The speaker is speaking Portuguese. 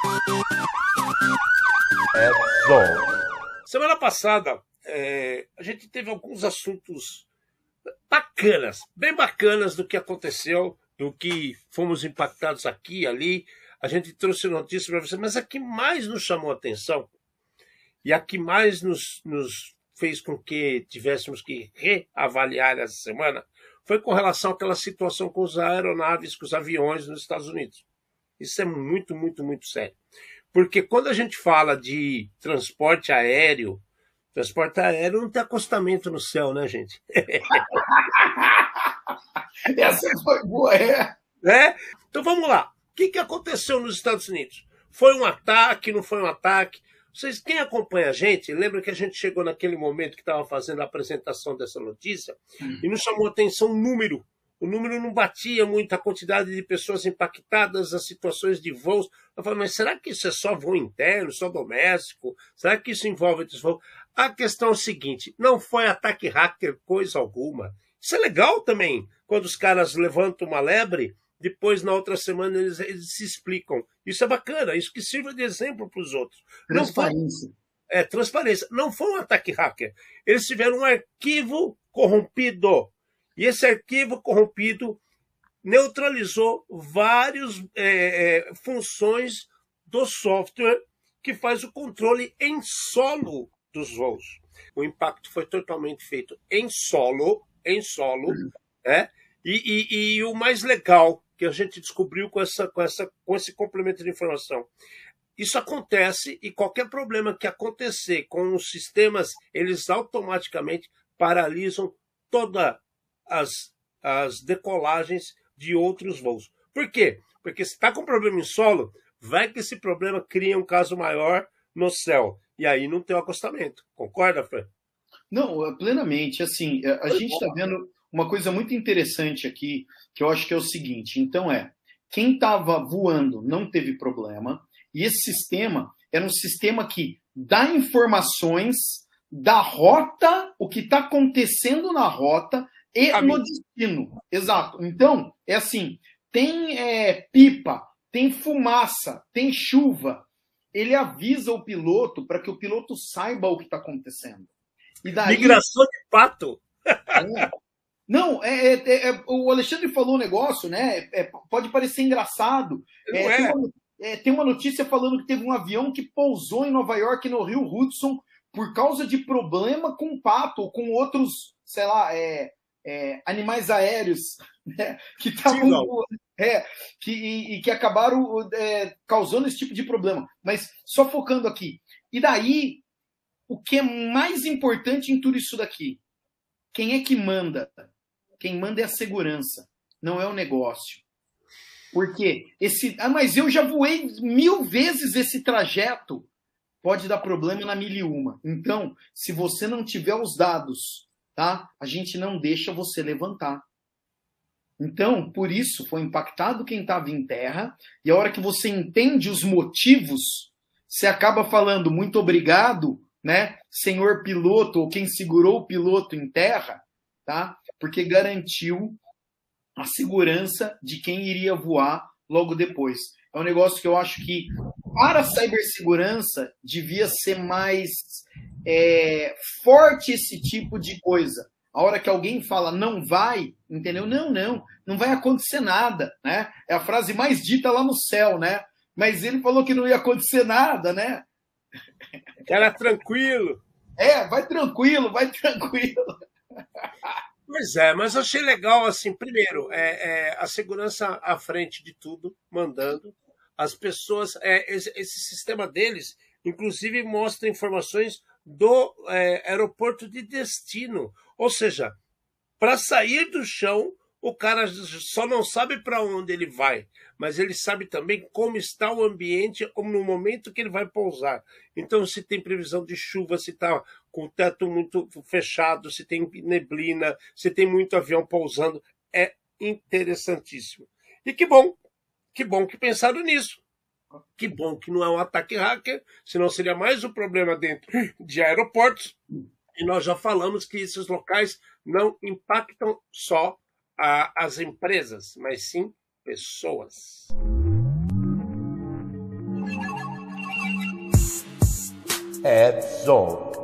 Semana passada, a gente teve alguns assuntos bacanas, bem bacanas do que aconteceu, do que fomos impactados aqui e ali. A gente trouxe notícias para você, mas a que mais nos chamou a atenção e a que mais nos fez com que tivéssemos que reavaliar essa semana foi com relação àquela situação com as aeronaves, com os aviões nos Estados Unidos. Isso é muito, muito, muito sério. Porque quando a gente fala de transporte aéreo não tem acostamento no céu, né, gente? Essa foi boa, Então vamos lá. O que aconteceu nos Estados Unidos? Foi um ataque, não foi um ataque? Vocês, quem acompanha a gente, lembra que a gente chegou naquele momento que estava fazendo a apresentação dessa notícia e nos chamou a atenção o número. O número não batia muito, a quantidade de pessoas impactadas, as situações de voos. Eu falei, mas será que isso é só voo interno, só doméstico? Será que isso envolve outros voos? A questão é o seguinte, não foi ataque hacker coisa alguma. Isso é legal também, quando os caras levantam uma lebre, depois na outra semana eles se explicam. Isso é bacana, isso que sirva de exemplo para os outros. Transparência. Transparência. Não foi um ataque hacker. Eles tiveram um arquivo corrompido. E esse arquivo corrompido neutralizou várias funções do software que faz o controle em solo dos voos. O impacto foi totalmente feito em solo, e o mais legal que a gente descobriu com esse complemento de informação. Isso acontece e qualquer problema que acontecer com os sistemas, eles automaticamente paralisam todas as decolagens de outros voos. Por quê? Porque se está com problema em solo, vai que esse problema cria um caso maior no céu. E aí não tem o acostamento. Concorda, Fran? Não, plenamente. Assim, a gente está vendo uma coisa muito interessante aqui, que eu acho que é o seguinte. Então quem estava voando não teve problema, e esse sistema era um sistema que dá informações da rota, o que está acontecendo na rota e no destino. Exato. Então, é assim, tem pipa, tem fumaça, tem chuva. Ele avisa o piloto para que o piloto saiba o que está acontecendo. E daí, migração de pato. Não, o Alexandre falou um negócio, né? Pode parecer engraçado. Tem uma notícia falando que teve um avião que pousou em Nova York, no Rio Hudson, por causa de problema com pato ou com outros, sei lá, animais aéreos, né? Que estavam que acabaram causando esse tipo de problema. Mas só focando aqui. E daí, o que é mais importante em tudo isso daqui? Quem é que manda? Quem manda é a segurança, não é o negócio. Porque mas eu já voei 1000 vezes esse trajeto. Pode dar problema na 1001. Então, se você não tiver os dados, tá? A gente não deixa você levantar. Então, por isso, foi impactado quem estava em terra, e a hora que você entende os motivos, você acaba falando muito obrigado, né, senhor piloto, ou quem segurou o piloto em terra, tá? Porque garantiu a segurança de quem iria voar logo depois. É um negócio que eu acho que, para a cibersegurança, devia ser mais forte esse tipo de coisa. A hora que alguém fala não vai, entendeu? Não vai acontecer nada, né? É a frase mais dita lá no céu, né? Mas ele falou que não ia acontecer nada, né? Era tranquilo. Vai tranquilo, vai tranquilo. Mas eu achei legal, assim, primeiro, a segurança à frente de tudo, mandando. As pessoas, esse sistema deles, inclusive, mostra informações do aeroporto de destino. Ou seja, para sair do chão, o cara só não sabe para onde ele vai, mas ele sabe também como está o ambiente no momento que ele vai pousar. Então, se tem previsão de chuva, se está com o teto muito fechado, se tem neblina, se tem muito avião pousando, é interessantíssimo. E que bom que pensaram nisso. Que bom que não é um ataque hacker, senão seria mais um problema dentro de aeroportos. E nós já falamos que esses locais não impactam só as empresas, mas sim pessoas. Herzog.